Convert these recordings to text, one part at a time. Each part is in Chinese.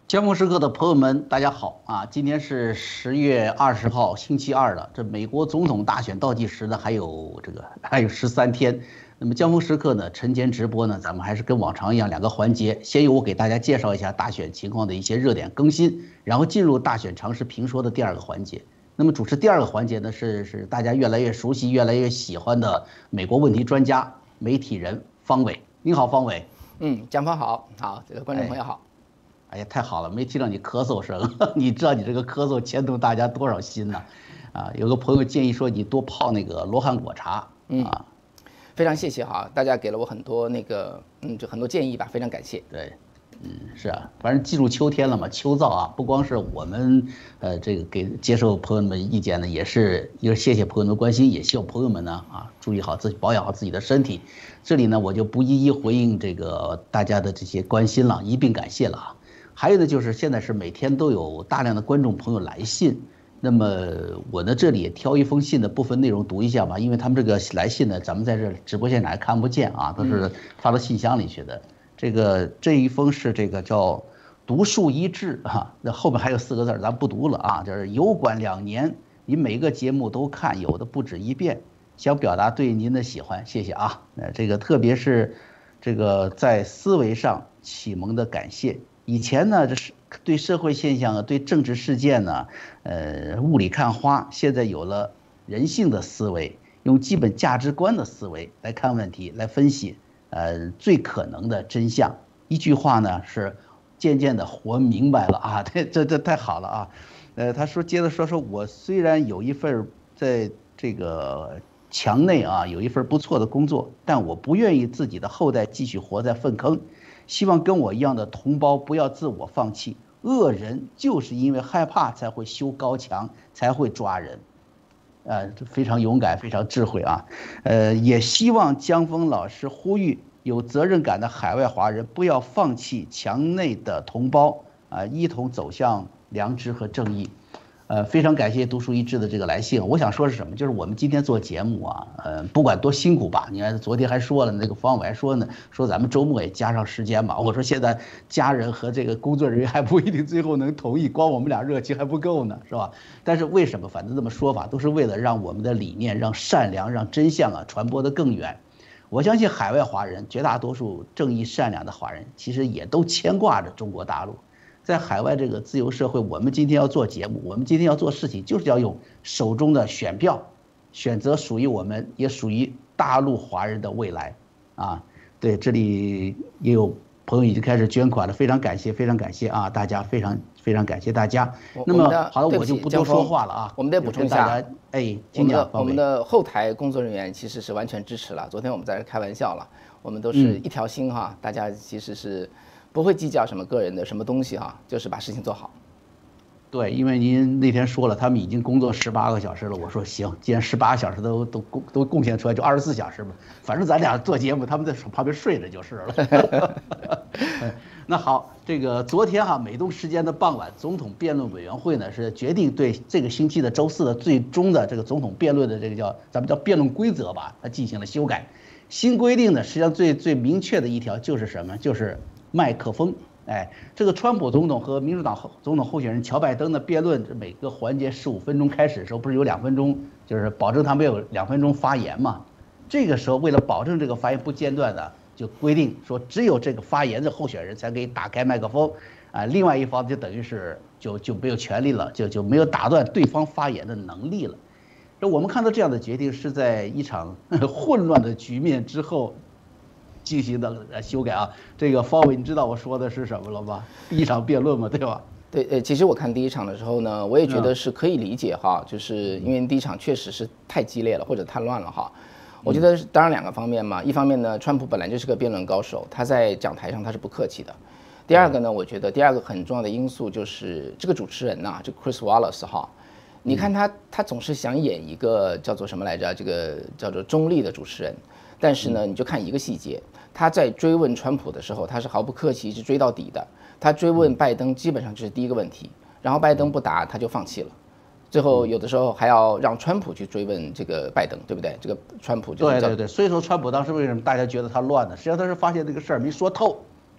江湖时刻的朋友们，大家好啊！今天是10月20号，星期二了。这美国总统大选倒计时呢，还有13天。那么江湖时刻呢，晨间直播呢，咱们还是跟往常一样两个环节。先由我给大家介绍一下大选情况的一些热点更新，然后进入大选常识评说的第二个环节。那么主持第二个环节呢，是大家越来越熟悉、越来越喜欢的美国问题专家、媒体人方伟。你好，方伟。 江峰好，这个观众朋友好。 哎呀，太好了，没听到你咳嗽声，你知道你这个咳嗽牵动大家多少心呢？啊，有个朋友建议说你多泡那个罗汉果茶。 非常谢谢哈，大家给了我很多就很多建议吧，非常感谢。 对，是啊，反正进入秋天了嘛，秋燥啊，不光是我们这个接受朋友们意见呢，也是谢谢朋友们的关心，也希望朋友们呢注意好自己，保养好自己的身体。这里呢，我就不一一回应这个大家的这些关心了，一并感谢了啊。还有呢，就是现在是每天都有大量的观众朋友来信，那么我呢这里也挑一封信的部分内容读一下吧，因为他们这个来信呢，咱们在这直播现场还看不见啊，都是发到信箱里去的。这一封是这个叫独树一帜啊，那后面还有4个字，咱不读了啊，就是油管2年，你每个节目都看，有的不止一遍，想表达对您的喜欢，谢谢啊。这个特别是这个在思维上启蒙的感谢。以前呢，这是对社会现象啊，对政治事件呢，雾里看花。现在有了人性的思维，用基本价值观的思维来看问题，来分析，最可能的真相。一句话呢，是渐渐的活明白了啊，这太好了啊。他说接着说，我虽然有一份在这个墙内啊有一份不错的工作，但我不愿意自己的后代继续活在粪坑。希望跟我一样的同胞不要自我放弃，恶人就是因为害怕才会修高墙，才会抓人，这非常勇敢，非常智慧啊，也希望江峰老师呼吁有责任感的海外华人不要放弃墙内的同胞啊，一同走向良知和正义。非常感谢独树一帜的这个来信。我想说是什么？就是我们今天做节目啊，不管多辛苦吧，你看昨天还说了，那个方伟还说呢，说咱们周末也加上时间吧。我说现在家人和这个工作人员还不一定最后能同意，光我们俩热情还不够呢，是吧？但是为什么？反正这么说法，都是为了让我们的理念、让善良、让真相啊传播得更远。我相信海外华人绝大多数正义善良的华人，其实也都牵挂着中国大陆。在海外这个自由社会，我们今天要做节目，我们今天要做事情，就是要用手中的选票，选择属于我们也属于大陆华人的未来啊！对，这里也有朋友已经开始捐款了，非常感谢，非常感谢啊！大家非常感谢大家。那么好了，我就不多说话了啊。 我们得补充一下，我们的后台工作人员其实是完全支持了。昨天我们在这开玩笑了，我们都是一条心哈，大家其实是不会计较什么个人的什么东西哈，就是把事情做好。 对，因为您那天说了，他们已经工作18个小时了。我说行，既然18个小时都贡献出来，就24小时吧。反正咱俩做节目，他们在旁边睡着就是了。那好，这个昨天美东时间的傍晚，总统辩论委员会呢是决定对这个星期的周4的最终的这个总统辩论的这个咱们叫辩论规则吧，它进行了修改。新规定呢，实际上最明确的一条就是什么？就是麦克风。这个川普总统和民主党总统候选人乔拜登的辩论，每个环节15分钟开始的时候，不是有2分钟，就是保证他们有2分钟发言嘛？这个时候为了保证这个发言不间断的，就规定说只有这个发言的候选人才可以打开麦克风，另外一方就等于是就没有权利了，就没有打断对方发言的能力了。那我们看到这样的决定是在一场混乱的局面之后进行的修改啊。这个方伟，你知道我说的是什么了吗？第一场辩论嘛，对吧？ 对，其实我看第一场的时候呢，我也觉得是可以理解哈，就是因为第一场确实是太激烈了或者太乱了哈。我觉得当然2个方面嘛，一方面呢，川普本来就是个辩论高手，他在讲台上他是不客气的。第二个呢，我觉得第2个很重要的因素就是这个主持人呐，这 Chris Wallace 哈，你看他总是想演一个叫做什么来着？这个叫做中立的主持人。但是呢，你就看一个细节，他在追问川普的时候，他是毫不客气，一直追到底的。他追问拜登，基本上就是第一个问题，然后拜登不答，他就放弃了。最后有的时候还要让川普去追问这个拜登，对不对？这个川普就是对，所以说川普当时为什么大家觉得他乱呢？实际上他是发现这个事儿没说透，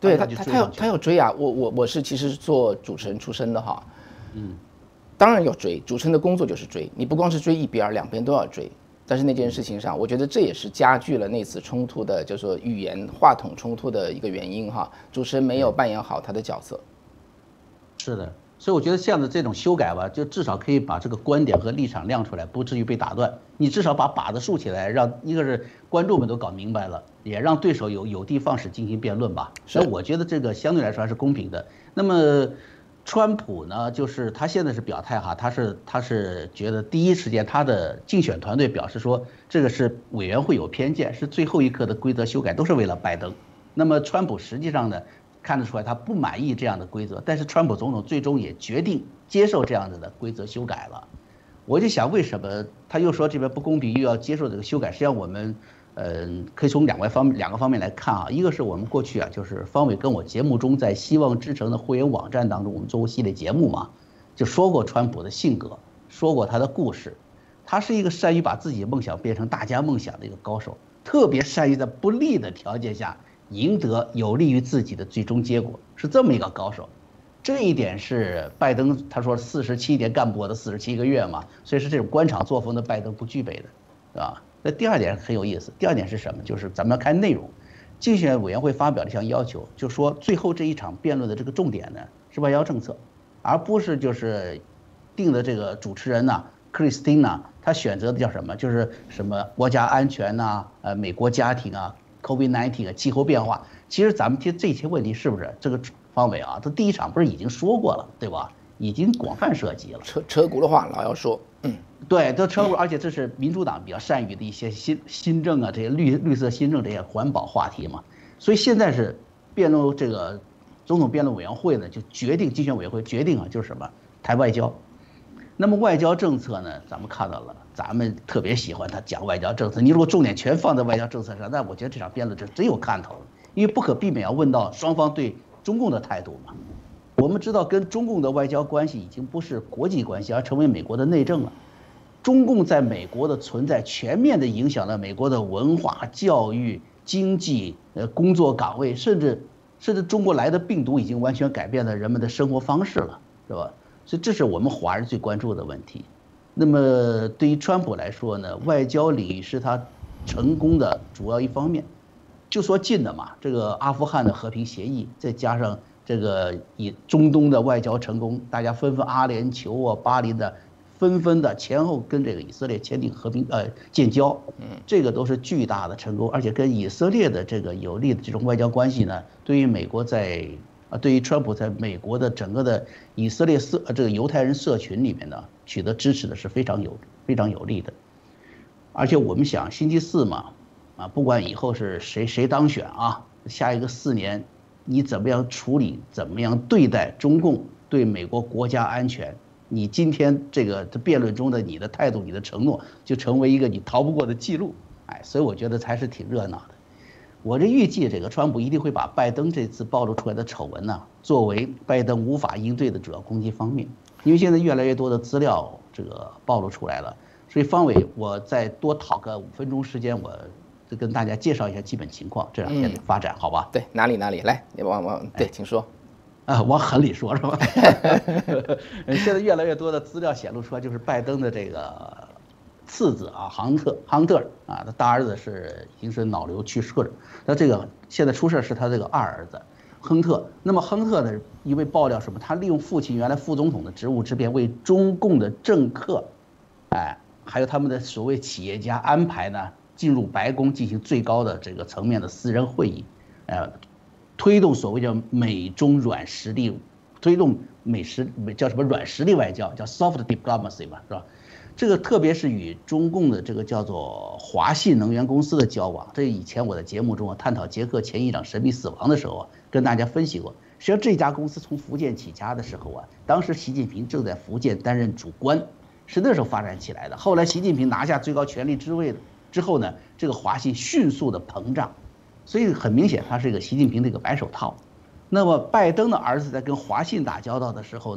对他要追啊！我是其实是做主持人出身的哈，当然要追，主持人的工作就是追，你不光是追一边，两边都要追。但是那件事情上，我觉得这也是加剧了那次冲突的，就是说语言话筒冲突的一个原因哈。主持人没有扮演好他的角色。 是的，所以我觉得这样的这种修改吧，就至少可以把这个观点和立场亮出来，不至于被打断。你至少把靶子竖起来，让一个是观众们都搞明白了，也让对手有的放矢进行辩论吧。所以我觉得这个相对来说还是公平的。那么。川普呢，就是他现在是表态哈，他是觉得第一时间他的竞选团队表示说，这个是委员会有偏见，是最后一刻的规则修改，都是为了拜登。那么川普实际上呢，看得出来他不满意这样的规则，但是川普总统最终也决定接受这样子的规则修改了。我就想为什么他又说这边不公平，又要接受这个修改？实际上我们。可以从两个方面来看啊，一个是我们过去啊，就是方伟跟我节目中在希望之城的会员网站当中，我们做过系列节目嘛，就说过川普的性格，说过他的故事，他是一个善于把自己梦想变成大家梦想的一个高手，特别善于在不利的条件下赢得有利于自己的最终结果，是这么一个高手。这一点是拜登他说47年干不过的47个月嘛，所以是这种官场作风的拜登不具备的，对吧？那第二点很有意思，第二点是什么？就是咱们要看内容。竞选委员会发表了一项要求，就说最后这一场辩论的这个重点呢是外交政策，而不是就是定的这个主持人呢克里斯汀呢，他选择的叫什么？就是什么国家安全呐，美国家庭啊 ，COVID-19 啊，气候变化。其实咱们提这些问题是不是这个方伟啊？他第一场不是已经说过了，对吧？已经广泛涉及了。 车轱辘话老要说。 对，这车轱辘，而且这是民主党比较善于的一些新政啊，这些绿色新政这些环保话题嘛。所以现在是辩论这个总统辩论委员会呢，就决定竞选委员会决定啊，就是什么谈外交。那么外交政策呢，咱们看到了，咱们特别喜欢他讲外交政策。你如果重点全放在外交政策上，那我觉得这场辩论真有看头了，因为不可避免要问到双方对中共的态度嘛。我们知道，跟中共的外交关系已经不是国际关系，而成为美国的内政了。中共在美国的存在，全面地影响了美国的文化、教育、经济、工作岗位，甚至中国来的病毒已经完全改变了人们的生活方式了，是吧？所以这是我们华人最关注的问题。那么对于川普来说呢，外交领域是他成功的主要一方面。就说近的嘛，这个阿富汗的和平协议，再加上这个以中东的外交成功，大家纷纷阿联酋啊、巴林的。纷纷的前后跟这个以色列签订和平建交，这个都是巨大的成功，而且跟以色列的这个有利的这种外交关系呢，对于美国对于川普在美国的整个的以色列这个犹太人社群里面呢，取得支持的是非常有利的。而且我们想星期四嘛，不管以后是谁当选啊，下一个4年，你怎么样处理，怎么样对待中共对美国国家安全？你今天这辩论中的你的态度、你的承诺，就成为一个你逃不过的记录，所以我觉得还是挺热闹的。我这预计这个川普一定会把拜登这次暴露出来的丑闻呢，作为拜登无法应对的主要攻击方面，因为现在越来越多的资料这个暴露出来了，所以方伟，我再多讨个5分钟时间，我就跟大家介绍一下基本情况，这2天的发展，好吧？ 对，哪里来，你对，请说。 往狠里说，是吧？现在越来越多的资料显露出来，就是拜登的这个次子啊，亨特啊，他大儿子已经是脑瘤去世了。那这个现在出事是他这个2儿子亨特。那么亨特呢，因为爆料什么，他利用父亲原来副总统的职务之便，为中共的政客，还有他们的所谓企业家安排呢，进入白宫进行最高的这个层面的私人会议，推动所谓叫美中软实力，推动叫什么软实力外交，叫 soft diplomacy 嘛，是吧？这个特别是与中共的这个叫做华信能源公司的交往，这以前我在节目中探讨捷克前议长神秘死亡的时候跟大家分析过。实际上这家公司从福建起家的时候当时习近平正在福建担任主官，是那时候发展起来的。后来习近平拿下最高权力之位之后呢，这个华信迅速的膨胀。所以很明显，他是一个习近平的一个白手套。那么拜登的儿子在跟华信打交道的时候呢，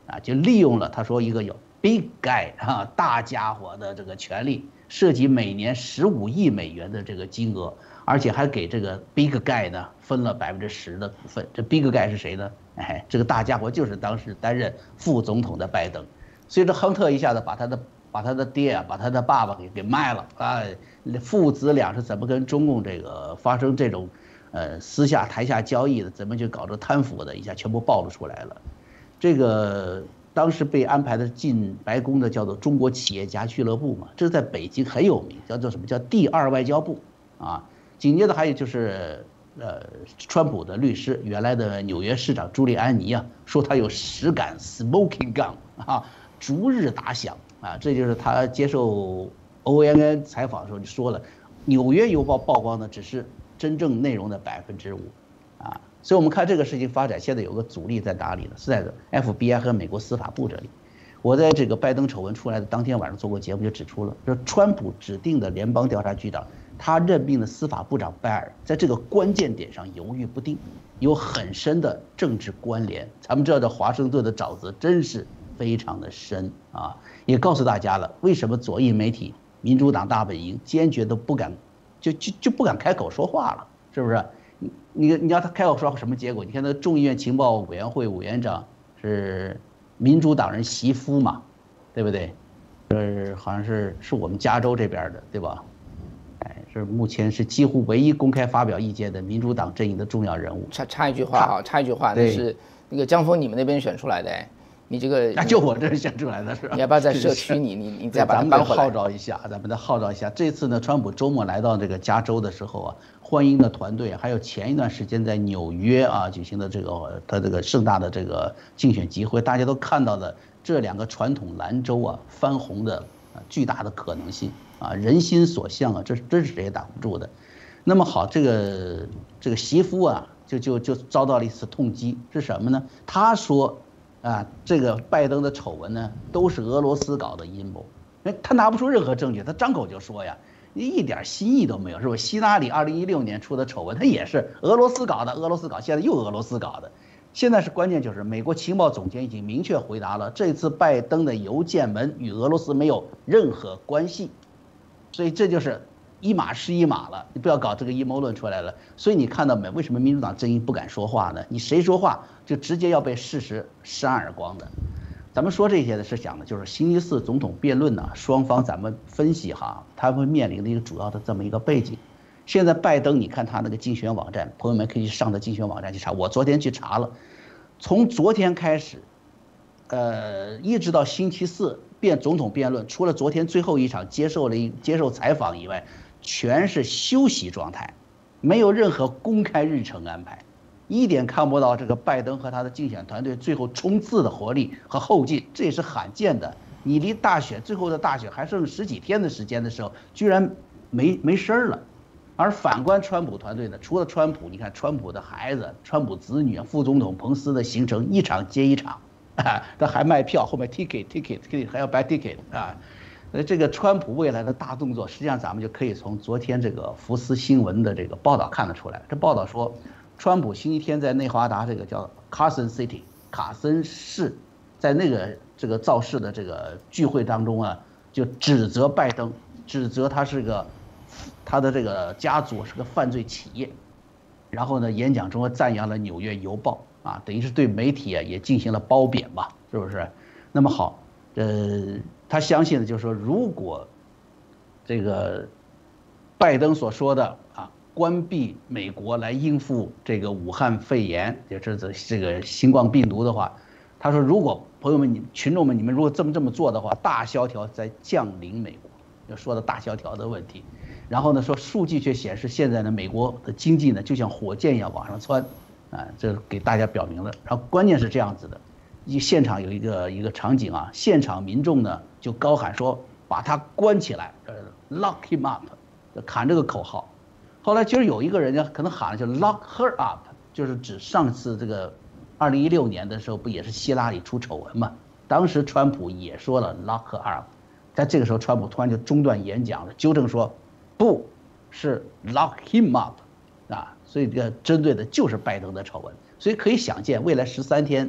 啊，就利用了他说一个有 big guy 啊大家伙的这个权利，涉及每年15亿美元的这个金额，而且还给这个 big guy 呢分了10%的股份。这 big guy 是谁呢？哎，这个大家伙就是当时担任副总统的拜登。所以这亨特一下子把他的爹啊，把他的爸爸给卖了啊，父子俩是怎么跟中共这个发生这种私下台下交易的，怎么去搞这贪腐的，一下全部暴露出来了。这个当时被安排的进白宫的叫做中国企业家俱乐部嘛，这在北京很有名，叫做什么叫第2外交部啊。紧接着还有就是川普的律师，原来的纽约市长朱利安尼啊，说他有10杆 smoking gun 啊，逐日打响啊。这就是他接受 ONN 采访的时候就说了，纽约邮报曝光的只是真正内容的5%啊。所以我们看这个事情发展，现在有个阻力在哪里呢？是在 FBI 和美国司法部这里。我在这个拜登丑闻出来的当天晚上做过节目，就指出了，说川普指定的联邦调查局长，他任命的司法部长拜尔，在这个关键点上犹豫不定，有很深的政治关联。咱们知道这华盛顿的沼泽真是非常的深啊，也告诉大家了为什么左翼媒体民主党大本营坚决都不敢就不敢开口说话了，是不是？你让他开口说什么结果？你看那个众议院情报委员会委员长是民主党人席夫嘛，对不对？好像是我们加州这边的，对吧？哎，是目前是几乎唯一公开发表意见的民主党阵营的重要人物。 插一句话啊，插一句话，那是那个江峰你们那边选出来的哎。你这个就我这儿选出来的是吧？ 你要不要在社区你再把它搬回来？ 咱们得号召一下。这次呢，川普周末来到这个加州的时候啊，欢迎的团队还有前一段时间在纽约啊举行的他这个盛大的这个竞选集会，大家都看到了这2个传统蓝州啊翻红的巨大的可能性啊，人心所向啊，这真是谁也挡不住的。那么好，这个席夫啊就遭到了一次痛击，是什么呢？他说。啊，这个拜登的丑闻呢，都是俄罗斯搞的阴谋。他拿不出任何证据，他张口就说呀，一点新意都没有，是不是？希拉里2016年出的丑闻，他也是俄罗斯搞的，现在又俄罗斯搞的。现在是关键就是美国情报总监已经明确回答了，这次拜登的邮件门与俄罗斯没有任何关系，所以这就是一码是一码了，你不要搞这个阴谋论出来了。所以你看到没？为什么民主党阵营不敢说话呢？你谁说话就直接要被事实扇耳光的。咱们说这些的是讲的就是星期4总统辩论呢，双方咱们分析哈，他会面临的一个主要的这么一个背景。现在拜登，你看他那个竞选网站，朋友们可以上他竞选网站去查。我昨天去查了，从昨天开始，一直到星期4总统辩论，除了昨天最后一场接受采访以外，全是休息状态，没有任何公开日程安排，一点看不到这个拜登和他的竞选团队最后冲刺的活力和后劲，这也是罕见的。你离最后的大选还剩10几天的时间的时候，居然没声儿了。而反观川普团队呢，除了川普，你看川普的孩子、川普子女、副总统彭斯的行程一场接一场，他还卖票，后面 ticket 还要 buy ticket 啊。这个川普未来的大动作，实际上咱们就可以从昨天这个福斯新闻的这个报道看得出来。这报道说，川普星期天在内华达这个叫 Carson City 卡森市，在这个造势的这个聚会当中啊，就指责拜登，指责他的这个家族是个犯罪企业。然后呢，演讲中赞扬了《纽约邮报》啊，等于是对媒体啊也进行了褒贬吧，是不是？那么好，他相信的就是说，如果这个拜登所说的啊，关闭美国来应付这个武汉肺炎，也就是这个新冠病毒的话，他说，如果朋友们、群众们，你们如果这么做的话，大萧条在降临美国，要说的大萧条的问题。然后呢，说数据却显示，现在呢，美国的经济呢就像火箭一样往上窜，啊，这给大家表明了。然后关键是这样子的，现场有一个场景啊，现场民众呢就高喊说，把他关起来，lock him up， 喊这个口号。后来其实有一个人呢，可能喊了就 lock her up， 就是指上次这个2016年的时候，不也是希拉里出丑闻嘛？当时川普也说了 lock her up， 在这个时候，川普突然就中断演讲了，纠正说。不是 lock him up， 啊，所以这个针对的就是拜登的丑闻，所以可以想见，未来13天，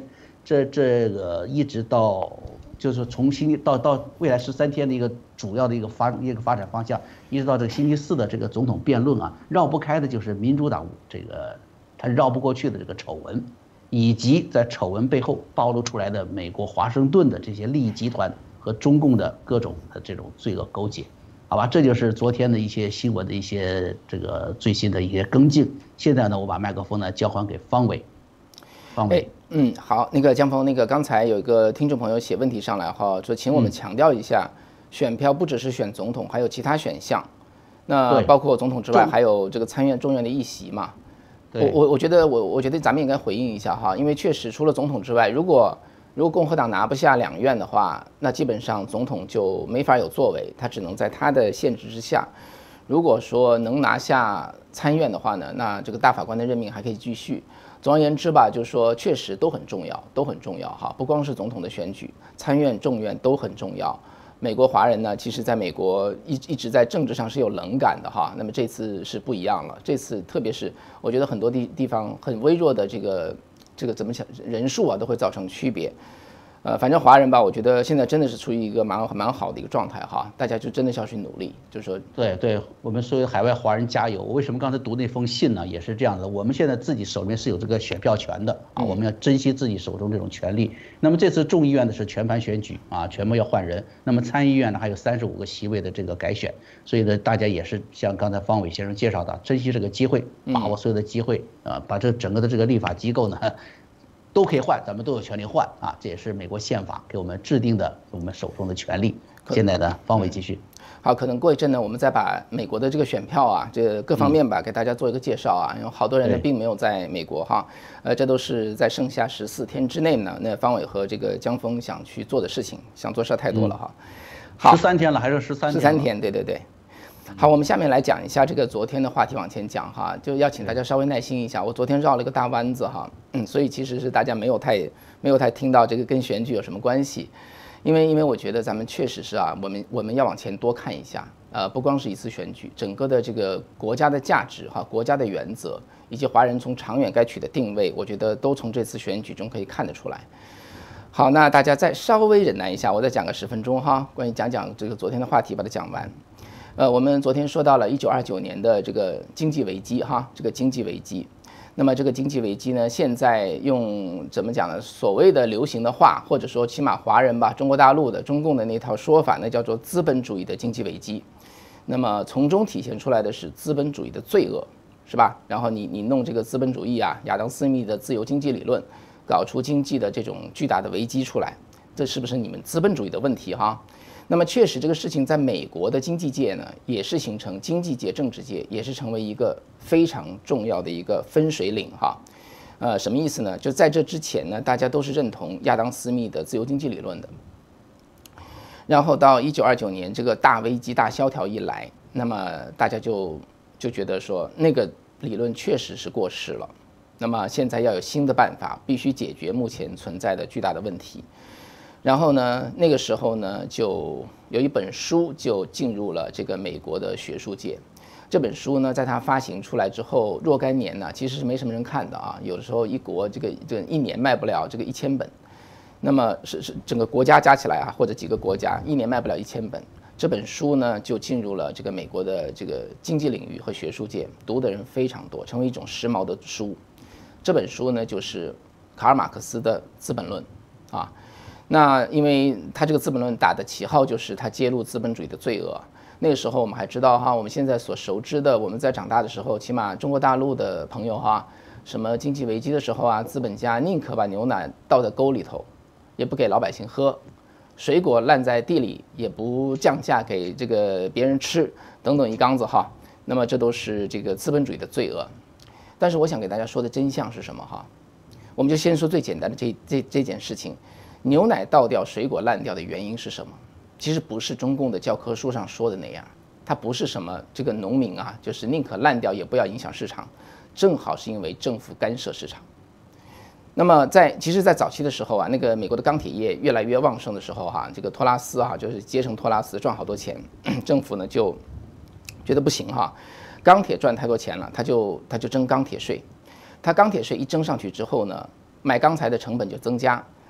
这个一直到就是从到未来13天的一个主要的一个发展方向，一直到这个星期四的这个总统辩论啊，绕不开的就是民主党这个他绕不过去的这个丑闻，以及在丑闻背后暴露出来的美国华盛顿的这些利益集团和中共的各种的这种罪恶勾结。好吧，这就是昨天的一些新闻的一些这个最新的一些跟进。现在呢，我把麦克风呢交还给方伟。方伟， 好，那个江峰，那个刚才有一个听众朋友写问题上来哈，说请我们强调一下，选票不只是选总统，还有其他选项，那包括总统之外，还有这个参院、众院的议席嘛。我觉得咱们应该回应一下哈，因为确实除了总统之外，如果共和党拿不下2院的话，那基本上总统就没法有作为，他只能在他的限制之下。如果说能拿下参院的话呢，那这个大法官的任命还可以继续。总而言之吧，就是说确实都很重要，都很重要哈，不光是总统的选举，参院、众院都很重要。美国华人呢，其实在美国一直在政治上是有冷感的哈，那么这次是不一样了，这次特别是我觉得很多地方很微弱的这个怎么讲人数啊，都会造成区别。反正华人吧，我觉得现在真的是处于一个蛮好的一个状态哈，大家就真的是要去努力，就是说， 对，我们所有海外华人加油！我为什么刚才读那封信呢？也是这样的，我们现在自己手里面是有这个选票权的啊，我们要珍惜自己手中这种权利。那么这次众议院的是全盘选举啊，全部要换人。那么参议院呢，还有35个席位的这个改选，所以呢，大家也是像刚才方伟先生介绍的，珍惜这个机会，把握所有的机会啊，把这整个的这个立法机构呢。都可以换，咱们都有权利换啊！这也是美国宪法给我们制定的我们手中的权利。现在呢，方伟继续。 好，可能过一阵呢，我们再把美国的这个选票啊，这各方面吧，给大家做一个介绍啊。有好多人呢并没有在美国哈，这都是在剩下14天之内呢，那方伟和这个江峰想去做的事情，想做事太多了哈。 好，13天了，还是13 天？对。好，我们下面来讲一下这个昨天的话题，往前讲哈，就要请大家稍微耐心一下。我昨天绕了一个大弯子哈，所以其实是大家没有太听到这个跟选举有什么关系，因为我觉得咱们确实是啊，我们要往前多看一下，不光是一次选举，整个的这个国家的价值哈，国家的原则，以及华人从长远该取的定位，我觉得都从这次选举中可以看得出来。好，那大家再稍微忍耐一下，我再讲个10分钟哈，关于讲这个昨天的话题，把它讲完。我们昨天说到了1929年的这个经济危机哈，这个经济危机。那么这个经济危机呢，现在用怎么讲呢？所谓的流行的话，或者说起码华人吧，中国大陆的中共的那套说法呢，叫做资本主义的经济危机。那么从中体现出来的是资本主义的罪恶，是吧？然后你弄这个资本主义啊，亚当·斯密的自由经济理论，搞出经济的这种巨大的危机出来，这是不是你们资本主义的问题哈？那么确实这个事情在美国的经济界呢，也是形成经济界、政治界也是成为一个非常重要的一个分水岭哈。什么意思呢？就在这之前呢，大家都是认同亚当·斯密的自由经济理论的。然后到1929年这个大危机、大萧条一来，那么大家就觉得说那个理论确实是过时了。那么现在要有新的办法，必须解决目前存在的巨大的问题。然后呢，那个时候呢，就有一本书就进入了这个美国的学术界。这本书呢，在它发行出来之后，若干年呢，其实是没什么人看的啊。有的时候一国这个一年卖不了这个1000本，那么是整个国家加起来啊，或者几个国家一年卖不了1000本。这本书呢，就进入了这个美国的这个经济领域和学术界，读的人非常多，成为一种时髦的书。这本书呢，就是卡尔马克思的《资本论》啊。那因为他这个《资本论》打的旗号就是他揭露资本主义的罪恶。那个时候我们还知道哈，我们现在所熟知的，我们在长大的时候，起码中国大陆的朋友哈，什么经济危机的时候啊，资本家宁可把牛奶倒在沟里头，也不给老百姓喝，水果烂在地里也不降价给这个别人吃，等等一缸子哈。那么这都是这个资本主义的罪恶。但是我想给大家说的真相是什么哈？我们就先说最简单的这件事情。牛奶倒掉，水果烂掉的原因是什么？其实不是中共的教科书上说的那样，它不是什么这个农民啊，就是宁可烂掉也不要影响市场，正好是因为政府干涉市场。那么其实，在早期的时候啊，那个美国的钢铁业越来越旺盛的时候哈，这个托拉斯啊，就是杰森托拉斯赚好多钱，政府呢就觉得不行哈，钢铁赚太多钱了，他就征钢铁税，他钢铁税一征上去之后呢，买钢材的成本就增加。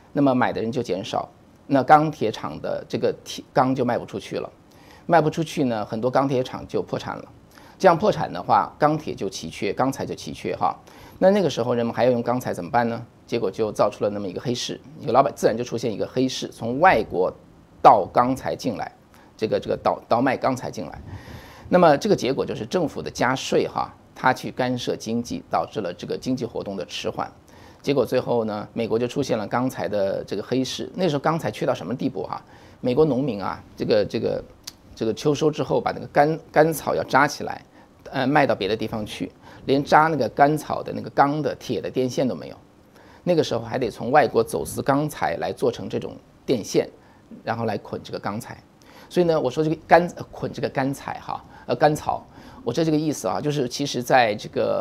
那么买的人就减少，那钢铁厂的这个钢就卖不出去了，卖不出去呢，很多钢铁厂就破产了。这样破产的话，钢铁就奇缺，钢材就奇缺哈。那个时候人们还要用钢材怎么办呢？结果就造出了那么一个黑市，一个老板自然就出现一个黑市，从外国倒钢材进来，这个倒卖钢材进来。那么这个结果就是政府的加税哈，它去干涉经济，导致了这个经济活动的迟缓。结果最后呢，美国就出现了钢材的这个黑市。那时候钢材缺到什么地步哈？美国农民啊，这个秋收之后，把那个干草要扎起来，卖到别的地方去，连扎那个干草的那个钢的铁的电线都没有。那个时候还得从外国走私钢材来做成这种电线，然后来捆这个钢材。所以呢，我说这个捆这个干材哈，干草，我这个意思啊，就是其实在这个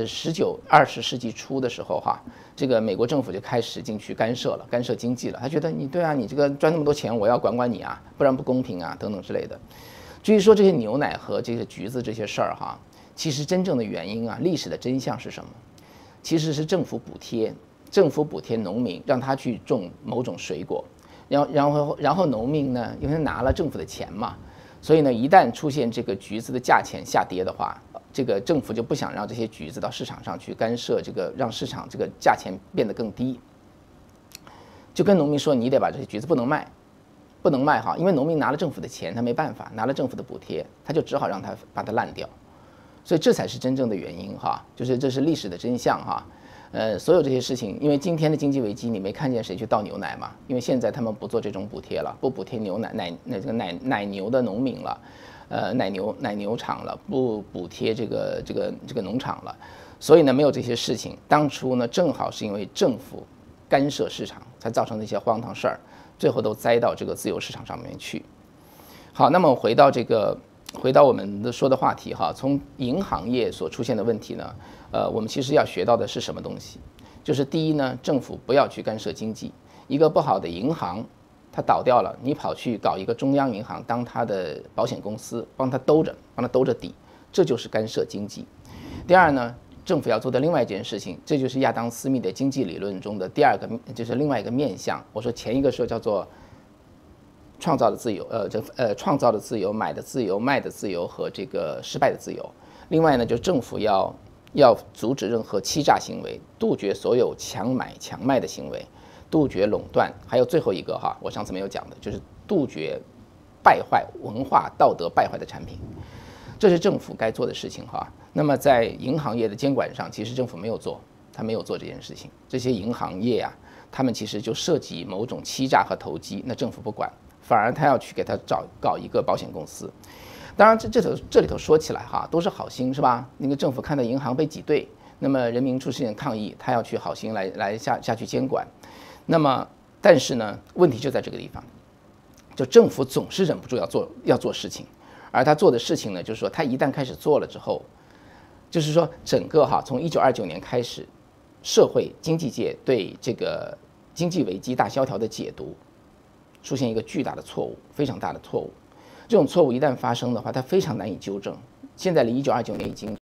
20世纪初的时候哈，这个美国政府就开始进去干涉经济了。他觉得你对啊，你这个赚那么多钱，我要管你啊，不然不公平啊，等等之类的。至于说这些牛奶和这些橘子这些事儿哈，其实真正的原因啊，历史的真相是什么？其实是政府补贴农民，让他去种某种水果。然后农民呢，因为他拿了政府的钱嘛，所以呢，一旦出现这个橘子的价钱下跌的话，这个政府就不想让这些橘子到市场上去干涉，这个让市场这个价钱变得更低，就跟农民说，你得把这些橘子不能卖哈，因为农民拿了政府的钱，他没办法，拿了政府的补贴，他就只好让它把它烂掉，所以这才是真正的原因哈，就是这是历史的真相哈。所有这些事情，因为今天的经济危机，你没看见谁去倒牛奶嘛？因为现在他们不做这种补贴了，不补贴奶牛的农民了，奶牛场了，不补贴这个农场了，所以呢，没有这些事情。当初呢，正好是因为政府干涉市场，才造成那些荒唐事儿，最后都栽到这个自由市场上面去。好，那么回到我们说的话题哈，从银行业所出现的问题呢，我们其实要学到的是什么东西？就是第一呢，政府不要去干涉经济。一个不好的银行，它倒掉了，你跑去搞一个中央银行当它的保险公司，帮它兜着底，这就是干涉经济。第二呢，政府要做的另外一件事情，这就是亚当·斯密的经济理论中的第二个，就是另外一个面向。我说前一个说叫做创造的自由，创造的自由、买的自由、卖的自由和这个失败的自由。另外呢，就政府要阻止任何欺诈行为，杜绝所有强买强卖的行为，杜绝垄断。还有最后一个哈，我上次没有讲的，就是杜绝败坏文化道德败坏的产品。这是政府该做的事情哈。那么在银行业的监管上，其实政府没有做，他没有做这件事情。这些银行业啊，他们其实就涉及某种欺诈和投机，那政府不管。反而他要去给他搞一个保险公司，当然这里头说起来哈，都是好心是吧？那个政府看到银行被挤兑，那么人民出现抗议，他要去好心来下去监管。那么但是呢，问题就在这个地方，就政府总是忍不住要做事情，而他做的事情呢，就是说他一旦开始做了之后，就是说整个哈从1929年开始，社会经济界对这个经济危机大萧条的解读出现一个巨大的错误，非常大的错误。这种错误一旦发生的话，它非常难以纠正。现在离1929年已经，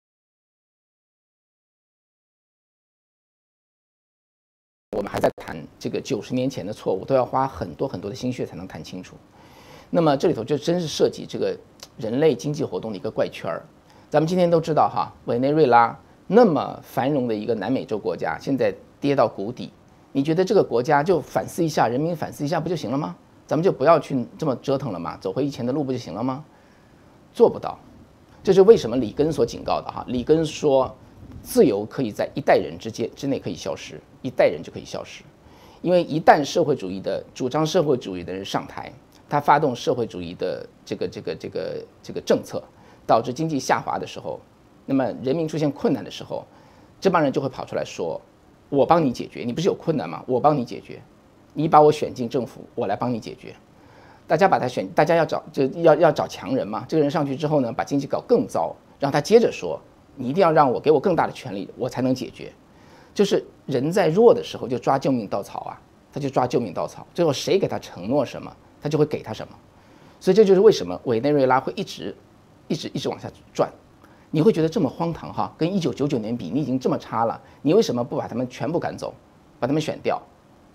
我们还在谈这个90年前的错误，都要花很多的心血才能谈清楚。那么这里头就真是涉及这个人类经济活动的一个怪圈儿。咱们今天都知道哈，委内瑞拉那么繁荣的一个南美洲国家，现在跌到谷底。你觉得这个国家就反思一下，人民反思一下不就行了吗？咱们就不要去这么折腾了嘛，走回以前的路不就行了吗？做不到，这是为什么里根所警告的哈。里根说，自由可以在1代人之内可以消失，1代人就可以消失，因为一旦主张社会主义的人上台，他发动社会主义的这个政策，导致经济下滑的时候，那么人民出现困难的时候，这帮人就会跑出来说，我帮你解决，你不是有困难吗？我帮你解决。你把我选进政府，我来帮你解决。大家要找强人嘛。这个人上去之后呢，把经济搞更糟，让他接着说，你一定要给我更大的权利，我才能解决。就是人在弱的时候就抓救命稻草啊，他就抓救命稻草，最后谁给他承诺什么，他就会给他什么。所以这就是为什么委内瑞拉会一直往下转。你会觉得这么荒唐哈，跟1999年比，你已经这么差了，你为什么不把他们全部赶走，把他们选掉？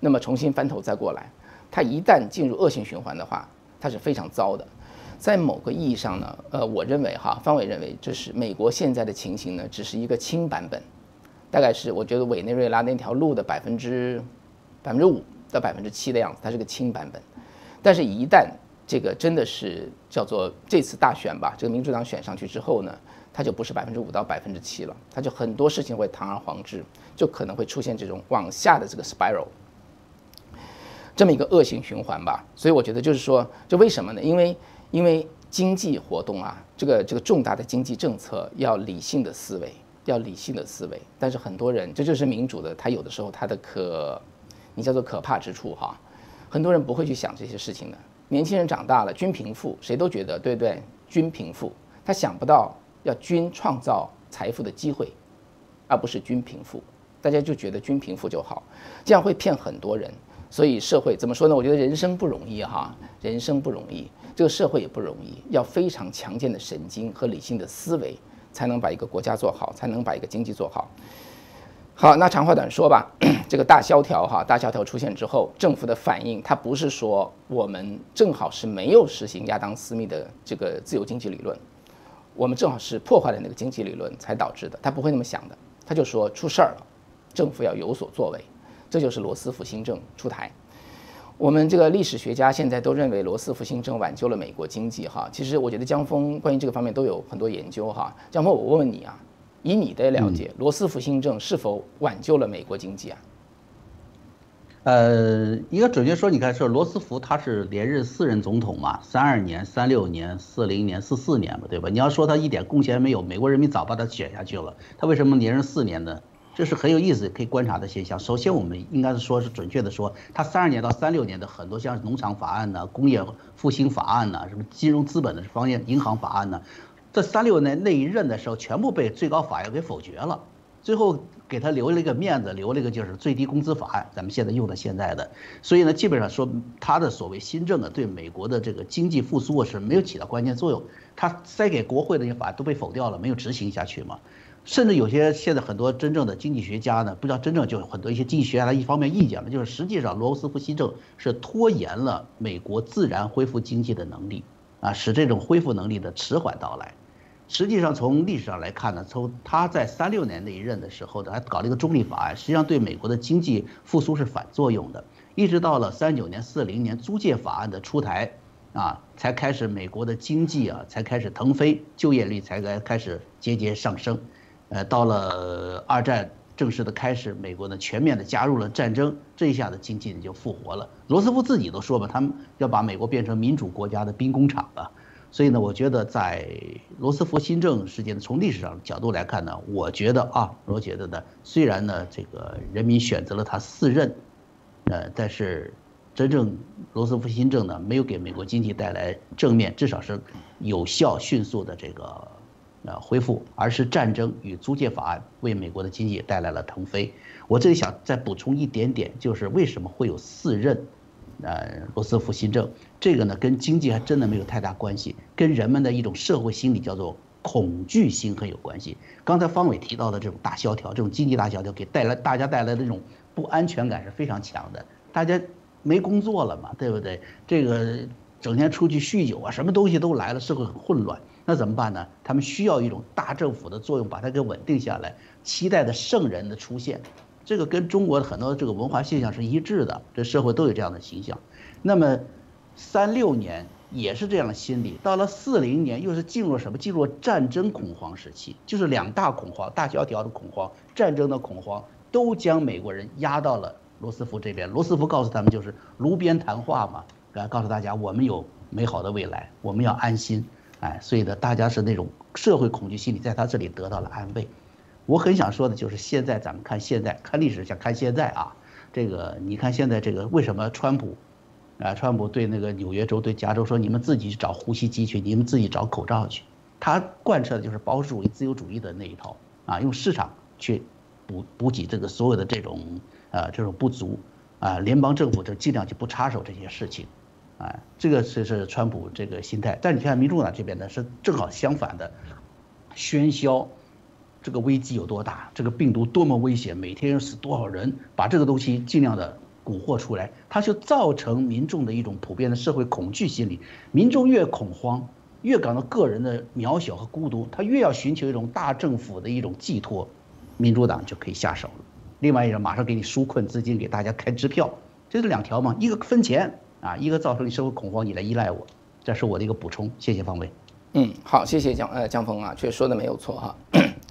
那么重新翻头再过来。它一旦进入恶性循环的话，它是非常糟的。在某个意义上呢，我认为方伟认为，这是美国现在的情形呢，只是一个轻版本，大概是我觉得委内瑞拉那条路的5%到7%的样子，它是个轻版本。但是，一旦这个真的是叫做这次大选吧，这个民主党选上去之后呢，它就不是5%到7%了，它就很多事情会堂而皇之，就可能会出现这种往下的这个 spiral， 这么一个恶性循环吧。所以我觉得就是说，这为什么呢？因为经济活动啊，这个重大的经济政策要理性的思维，但是很多人，这就是民主的，它有的时候它的你叫做可怕之处哈，很多人不会去想这些事情的。年轻人长大了，均贫富，谁都觉得对不对？均贫富，他想不到要均创造财富的机会，而不是均贫富。大家就觉得均贫富就好，这样会骗很多人。所以社会怎么说呢？我觉得人生不容易哈，人生不容易，这个社会也不容易，要非常强健的神经和理性的思维，才能把一个国家做好，才能把一个经济做好。好，那长话短说吧，这个大萧条出现之后，政府的反应，它不是说我们正好是没有实行亚当·斯密的这个自由经济理论，我们正好是破坏了那个经济理论才导致的，他不会那么想的，他就说出事儿了，政府要有所作为，这就是罗斯福新政出台。我们这个历史学家现在都认为罗斯福新政挽救了美国经济哈，其实我觉得江峰关于这个方面都有很多研究哈。江峰，我问问你啊。以你的了解，罗斯福新政是否挽救了美国经济啊？ 应该准确说，你看说罗斯福他是连任4任总统嘛，32年、36年、40年、44年嘛，对吧？你要说他一点贡献没有，美国人民早把他选下去了，他为什么连任4年呢？这是很有意思可以观察的现象。首先，我们应该是准确的说，他32年到36年的很多像农场法案呢、工业复兴法案呢、什么金融资本的方面、银行法案呢。这36年那一任的时候，全部被最高法院给否决了，最后给他留了一个面子，留了一个就是最低工资法案，咱们现在用的现在的，所以呢，基本上说他的所谓新政啊，对美国的这个经济复苏是没有起到关键作用，他塞给国会的那些法案都被否掉了，没有执行下去嘛。甚至有些现在很多真正的经济学家呢，不叫真正，就很多一些经济学家的一方面意见了，就是实际上罗斯福新政是拖延了美国自然恢复经济的能力啊，使这种恢复能力的迟缓到来。实际上，从历史上来看呢，从他在36年那一任的时候呢，还搞了一个中立法案，实际上对美国的经济复苏是反作用的。一直到了39年、40年租界法案的出台，才开始美国的经济啊才开始腾飞，就业率才开始节节上升。到了2战正式的开始，美国呢全面的加入了战争，这一下子经济呢就复活了。罗斯福自己都说嘛，他们要把美国变成民主国家的兵工厂了。所以呢，我觉得在罗斯福新政事件从历史上角度来看呢，我觉得呢，虽然呢这个人民选择了他4任，但是真正罗斯福新政呢没有给美国经济带来正面，至少是有效迅速的这个恢复，而是战争与租界法案为美国的经济带来了腾飞。我这里想再补充一点点，就是为什么会有4任？罗斯福新政这个呢，跟经济还真的没有太大关系，跟人们的一种社会心理叫做恐惧心很有关系。刚才方伟提到的这种大萧条，这种经济大萧条给大家带来的这种不安全感是非常强的。大家没工作了嘛，对不对？这个整天出去酗酒啊，什么东西都来了，社会很混乱，那怎么办呢？他们需要一种大政府的作用，把它给稳定下来，期待的圣人的出现。这个跟中国的很多这个文化现象是一致的，这社会都有这样的形象。那么36年也是这样的心理，到了40年又是进入了什么？进入了战争恐慌时期，就是2大恐慌，大萧条的恐慌，战争的恐慌，都将美国人压到了罗斯福这边。罗斯福告诉他们就是炉边谈话嘛，告诉大家我们有美好的未来，我们要安心。所以呢，大家是那种社会恐惧心理在他这里得到了安慰。我很想说的就是，现在咱们看现在，看历史想看现在啊，这个你看现在这个为什么川普对那个纽约州对加州说你们自己去找呼吸机去，你们自己找口罩去，他贯彻的就是保守主义、自由主义的那一套啊，用市场去补给这个所有的这种不足啊，联邦政府就尽量就不插手这些事情，这个是川普这个心态。但你看民主党这边呢是正好相反的，喧嚣。这个危机有多大？这个病毒多么危险？每天死多少人？把这个东西尽量的蛊惑出来，它就造成民众的一种普遍的社会恐惧心理。民众越恐慌，越感到个人的渺小和孤独，他越要寻求一种大政府的一种寄托，民主党就可以下手了。另外一个马上给你纾困资金，给大家开支票，这是两条嘛，一个分钱啊，一个造成你社会恐慌，你来依赖我，这是我的一个补充。谢谢方伟。 好，谢谢江峰啊，确实说的没有错哈。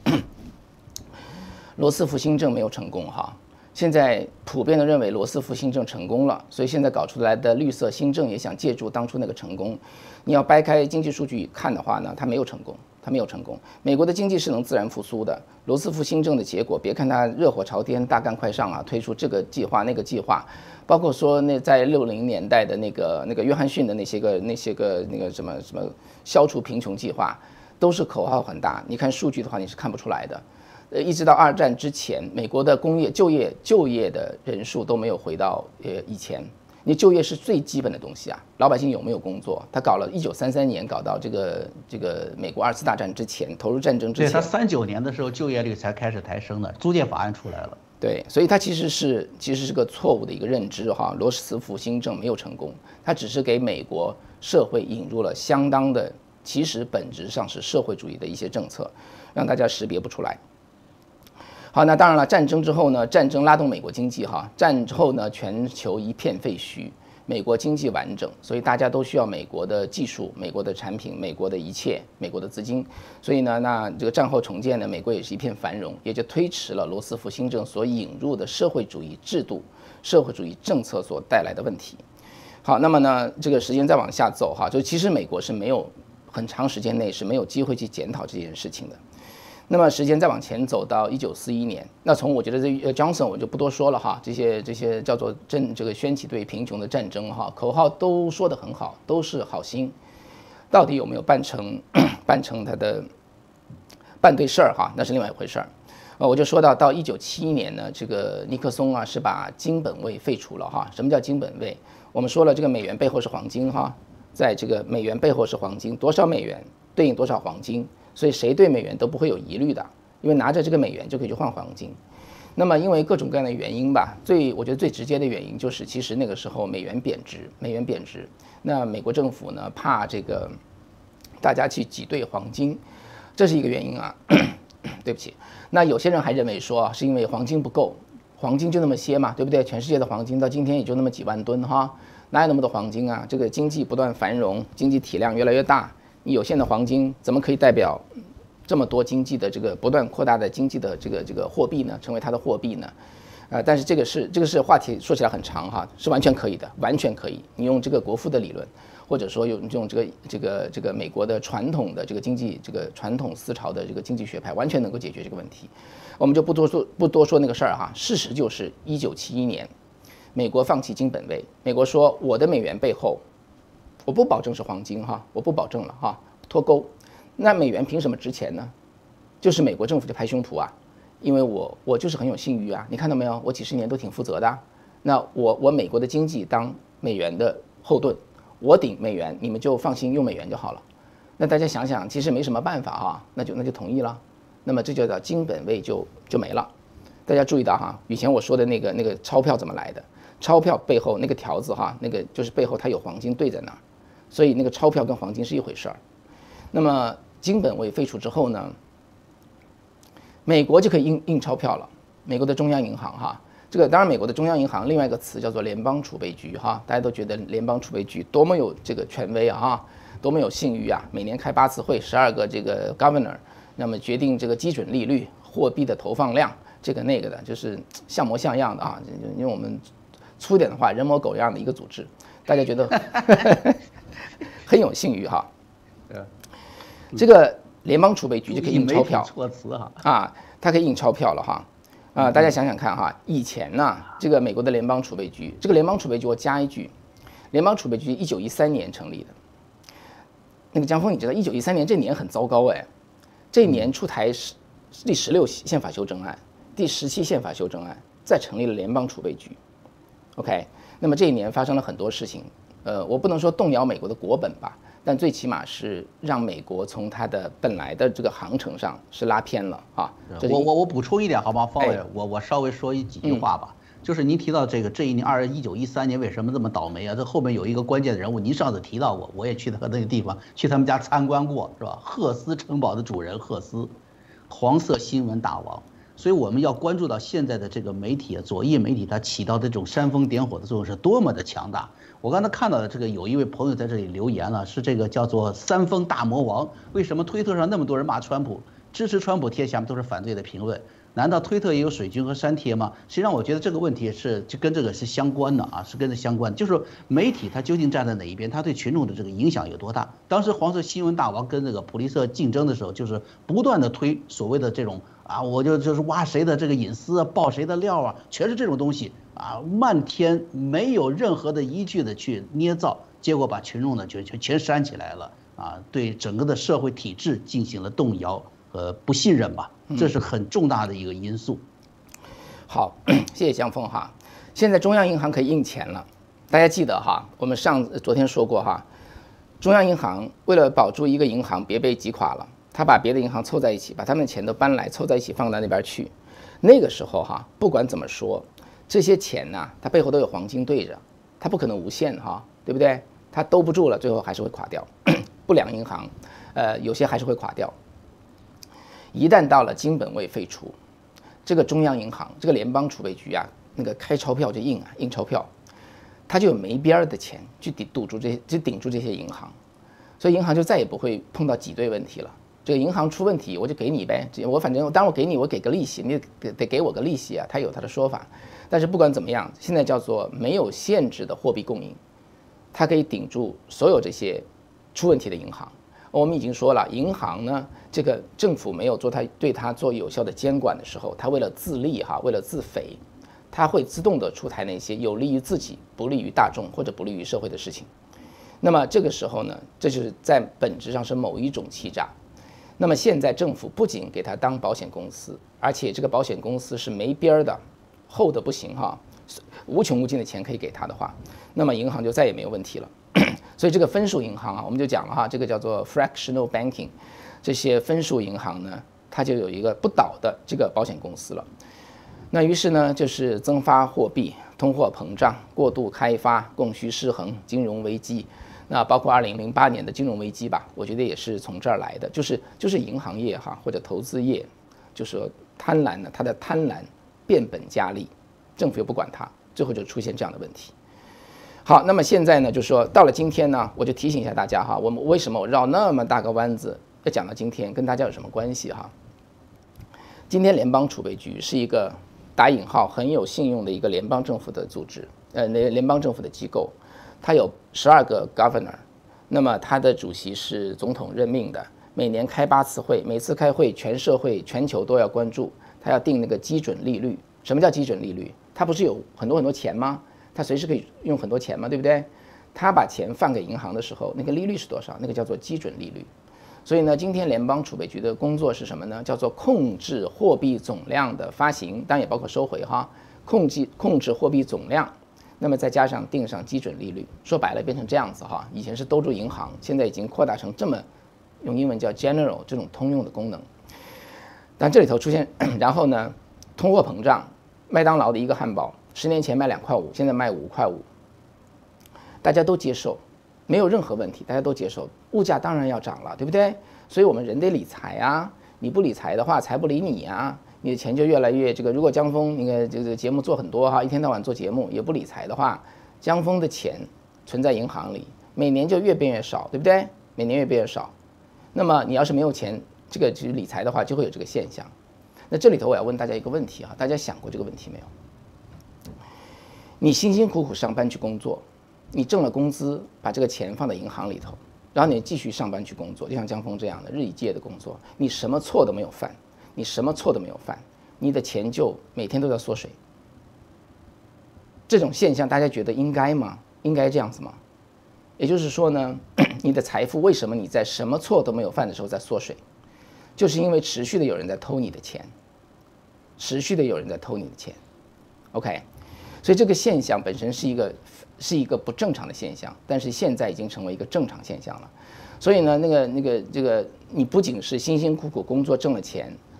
罗斯福新政没有成功哈，现在普遍的认为罗斯福新政成功了，所以现在搞出来的绿色新政也想借助当初那个成功。你要掰开经济数据看的话呢，它没有成功，它没有成功。美国的经济是能自然复苏的。罗斯福新政的结果，别看它热火朝天、大干快上啊，推出这个计划那个计划，包括说在60年代的那个约翰逊的那些个什么消除贫穷计划，都是口号很大。你看数据的话，你是看不出来的。一直到2战之前，美国的工业就业的人数都没有回到以前。你就业是最基本的东西啊，老百姓有没有工作？他搞了1933年搞到这个美国2次大战之前，投入战争之前， 对，他39年的时候就业率才开始抬升的，租借法案出来了。 对，所以它其实是个错误的一个认知哈。罗斯福新政没有成功，它只是给美国社会引入了相当的，其实本质上是社会主义的一些政策，让大家识别不出来。好，那当然了，战争之后呢，战争拉动美国经济哈，战后呢，全球一片废墟，美国经济完整，所以大家都需要美国的技术、美国的产品、美国的一切、美国的资金，所以呢，那这个战后重建呢，美国也是一片繁荣，也就推迟了罗斯福新政所引入的社会主义制度、社会主义政策所带来的问题。好，那么呢，这个时间再往下走哈，就其实美国是没有很长时间内是没有机会去检讨这件事情的。那么时间再往前走到1941年，那从我觉得这Johnson 我就不多说了哈，这些叫做这个掀起对贫穷的战争哈，口号都说得很好，都是好心，到底有没有办成他的办对事儿哈，那是另外一回事儿。我就说到1971年呢，这个尼克松啊是把金本位废除了哈。什么叫金本位？我们说了，这个美元背后是黄金哈，在这个美元背后是黄金，多少美元对应多少黄金。所以谁对美元都不会有疑虑的，因为拿着这个美元就可以去换黄金。那么因为各种各样的原因吧，我觉得最直接的原因就是，其实那个时候美元贬值，那美国政府呢怕这个大家去挤兑黄金，这是一个原因啊。对不起，那有些人还认为说是因为黄金不够，黄金就那么些嘛，对不对？全世界的黄金到今天也就那么几万吨哈，哪有那么多黄金啊？这个经济不断繁荣，经济体量越来越大。你有限的黄金怎么可以代表这么多经济的这个不断扩大的经济的这个货币呢？成为它的货币呢？但是这个是话题说起来很长哈，是完全可以的，完全可以。你用这个国父的理论，或者说用这个美国的传统的这个经济传统思潮的这个经济学派，完全能够解决这个问题。我们就不多说那个事儿哈。事实就是1971年，美国放弃金本位，美国说我的美元背后。我不保证是黄金哈，我不保证了哈，脱钩。那美元凭什么值钱呢？就是美国政府就拍胸脯啊，因为我就是很有信誉啊，你看到没有？我几十年都挺负责的。那我美国的经济当美元的后盾，我顶美元，你们就放心用美元就好了。那大家想想，其实没什么办法哈，那就同意了。那么这就叫金本位就没了。大家注意到哈，以前我说的那个钞票怎么来的？钞票背后那个条子哈，那个就是背后它有黄金对在那儿。所以那个钞票跟黄金是一回事儿。那么金本位废除之后呢，美国就可以印钞票了。美国的中央银行哈，这个当然美国的中央银行另外一个词叫做联邦储备局哈，大家都觉得联邦储备局多么有这个权威啊哈，多么有信誉啊，每年开8次会，12个这个 governor， 那么决定这个基准利率、货币的投放量，这个那个的，就是像模像样的啊。因为我们粗一点的话，人模狗样的一个组织，大家觉得很有信誉哈。这个联邦储备局就可以印钞票， 措辞哈啊，它可以印钞票了哈。大家想想看哈，以前呢，这个美国的联邦储备局，这个联邦储备局我加一句，联邦储备局1913年成立的。那个江峰，你知道1913年这年很糟糕哎，这一年出台第16宪法修正案、第17宪法修正案，再成立了联邦储备局。OK， 那么这一年发生了很多事情，我不能说动摇美国的国本吧，但最起码是让美国从它的本来的这个航程上是拉偏了啊。 我补充一点好吗，方伟，我稍微说几句话吧。 就是您提到这一年1913年为什么这么倒霉啊？这后面有一个关键的人物，您上次提到过，我也去他那个地方，去他们家参观过，是吧？赫斯城堡的主人赫斯，黄色新闻大王。所以我们要关注到现在的这个媒体，左翼媒体它起到的这种煽风点火的作用是多么的强大。我刚才看到的这个有一位朋友在这里留言了，是这个叫做三峰大魔王。为什么推特上那么多人骂川普，支持川普贴下面都是反对的评论？难道推特也有水军和删帖吗？实际上，我觉得这个问题就跟这个是相关的啊，是跟这相关的。就是媒体它究竟站在哪一边，它对群众的这个影响有多大？当时黄色新闻大王跟这个普利策竞争的时候，就是不断的推所谓的这种啊，我就是挖谁的这个隐私啊，爆谁的料啊，全是这种东西啊，漫天没有任何的依据的去捏造，结果把群众呢全煽起来了啊，对整个的社会体制进行了动摇和不信任吧。这是很重大的一个因素。 好，谢谢江峰哈。现在中央银行可以印钱了，大家记得哈，我们昨天说过哈，中央银行为了保住一个银行别被击垮了，他把别的银行凑在一起，把他们的钱都搬来凑在一起放到那边去。那个时候哈，不管怎么说，这些钱呢，它背后都有黄金对着，它不可能无限哈，对不对？它兜不住了，最后还是会垮掉。不良银行，有些还是会垮掉。一旦到了金本位废除，这个中央银行，这个联邦储备局啊，那个开钞票就印钞票，它就有没边儿的钱去顶住这些银行，所以银行就再也不会碰到挤兑问题了。这个银行出问题，我就给你呗，我反正当我给你，我给个利息，你得给我个利息啊，他有他的说法。但是不管怎么样，现在叫做没有限制的货币供应，它可以顶住所有这些出问题的银行。我们已经说了，银行呢，这个政府没有对它做有效的监管的时候，它为了自利哈，为了自肥，它会自动的出台那些有利于自己、不利于大众或者不利于社会的事情。那么这个时候呢，这就是在本质上是某一种欺诈。那么现在政府不仅给它当保险公司，而且这个保险公司是没边儿的，厚的不行哈，无穷无尽的钱可以给他的话，那么银行就再也没有问题了。所以这个分数银行啊，我们就讲了哈，这个叫做 fractional banking， 这些分数银行呢，它就有一个不倒的这个保险公司了。那于是呢，就是增发货币、通货膨胀、过度开发、供需失衡、金融危机。那包括2008年的金融危机吧，我觉得也是从这儿来的，就是银行业哈或者投资业，就是说贪婪呢，它的贪婪变本加厉，政府又不管它，最后就出现这样的问题。好，那么现在呢，就是说到了今天呢，我就提醒一下大家哈，我们为什么我绕那么大个弯子要讲到今天，跟大家有什么关系哈？今天联邦储备局是一个打引号很有信用的一个联邦政府的组织，联邦政府的机构，它有12个 governor， 那么它的主席是总统任命的，每年开8次会，每次开会全社会全球都要关注，它要定那个基准利率。什么叫基准利率？它不是有很多钱吗？它随时可以用很多钱嘛，对不对？他把钱放给银行的时候，那个利率是多少？那个叫做基准利率。所以呢，今天联邦储备局的工作是什么呢？叫做控制货币总量的发行，当然也包括收回哈，控制货币总量，那么再加上定上基准利率，说白了变成这样子哈。以前是兜住银行，现在已经扩大成这么，用英文叫 general 这种通用的功能。但这里头出现，然后呢，通货膨胀，麦当劳的一个汉堡10年前卖2.5块，现在卖5.5块，大家都接受，没有任何问题，大家都接受。物价当然要涨了，对不对？所以我们人得理财啊，你不理财的话，财不理你啊，你的钱就越来越这个。如果江峰那个这个节目做很多哈，一天到晚做节目也不理财的话，江峰的钱存在银行里，每年就越变越少，对不对？每年越变越少。那么你要是没有钱，这个去理财的话，就会有这个现象。那这里头我要问大家一个问题啊，大家想过这个问题没有？你辛辛苦苦上班去工作，你挣了工资，把这个钱放在银行里头，然后你继续上班去工作，就像江峰这样的日以继夜的工作，你什么错都没有犯，你的钱就每天都在缩水。这种现象大家觉得应该吗？应该这样子吗？也就是说呢，你的财富为什么你在什么错都没有犯的时候在缩水？就是因为持续的有人在偷你的钱，OK。所以这个现象本身是一个不正常的现象，但是现在已经成为一个正常现象了。所以呢，这个你不仅是辛辛苦苦工作挣了钱，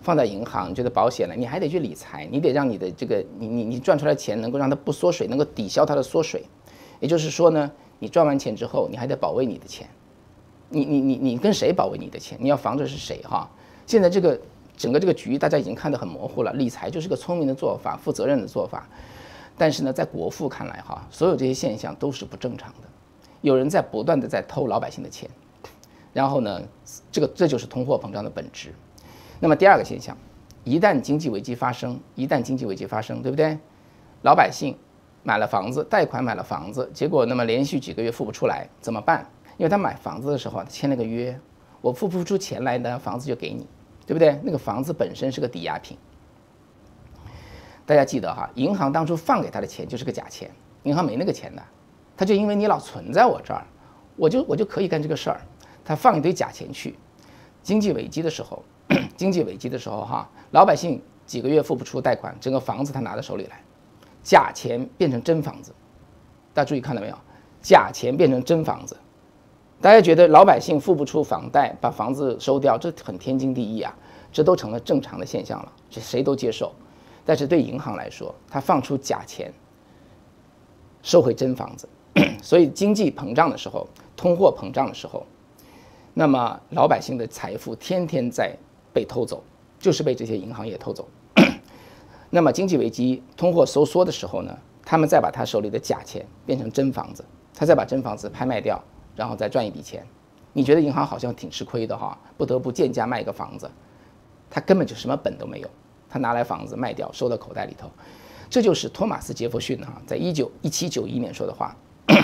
放在银行，你觉得保险了，你还得去理财，你得让你的这个你赚出来的钱能够让它不缩水，能够抵消它的缩水。也就是说呢，你赚完钱之后，你还得保卫你的钱。你跟谁保卫你的钱？你要防着是谁哈？现在这个整个这个局大家已经看得很模糊了，理财就是个聪明的做法，负责任的做法。但是呢，在国富看来哈，所有这些现象都是不正常的，有人在不断的在偷老百姓的钱，然后呢，这就是通货膨胀的本质。那么第二个现象，一旦经济危机发生，对不对？老百姓买了房子，贷款买了房子，结果那么连续几个月付不出来，怎么办？因为他买房子的时候他签了个约，我付不出钱来呢，房子就给你，对不对？那个房子本身是个抵押品。大家记得哈，银行当初放给他的钱就是个假钱，银行没那个钱的，他就因为你老存在我这儿，我就可以干这个事儿，他放一堆假钱去。经济危机的时候哈，老百姓几个月付不出贷款，整个房子他拿到手里来，假钱变成真房子。大家注意看到没有？假钱变成真房子。大家觉得老百姓付不出房贷，把房子收掉，这很天经地义啊，这都成了正常的现象了，这谁都接受。但是对银行来说，它放出假钱，收回真房子，所以经济膨胀的时候，通货膨胀的时候，那么老百姓的财富天天在被偷走，就是被这些银行业偷走。那么经济危机、通货收缩的时候呢，他们再把他手里的假钱变成真房子，他再把真房子拍卖掉，然后再赚一笔钱。你觉得银行好像挺吃亏的哈，不得不贱价卖一个房子，他根本就什么本都没有，他拿来房子卖掉，收到口袋里头。这就是托马斯·杰弗逊哈在1791年说的话。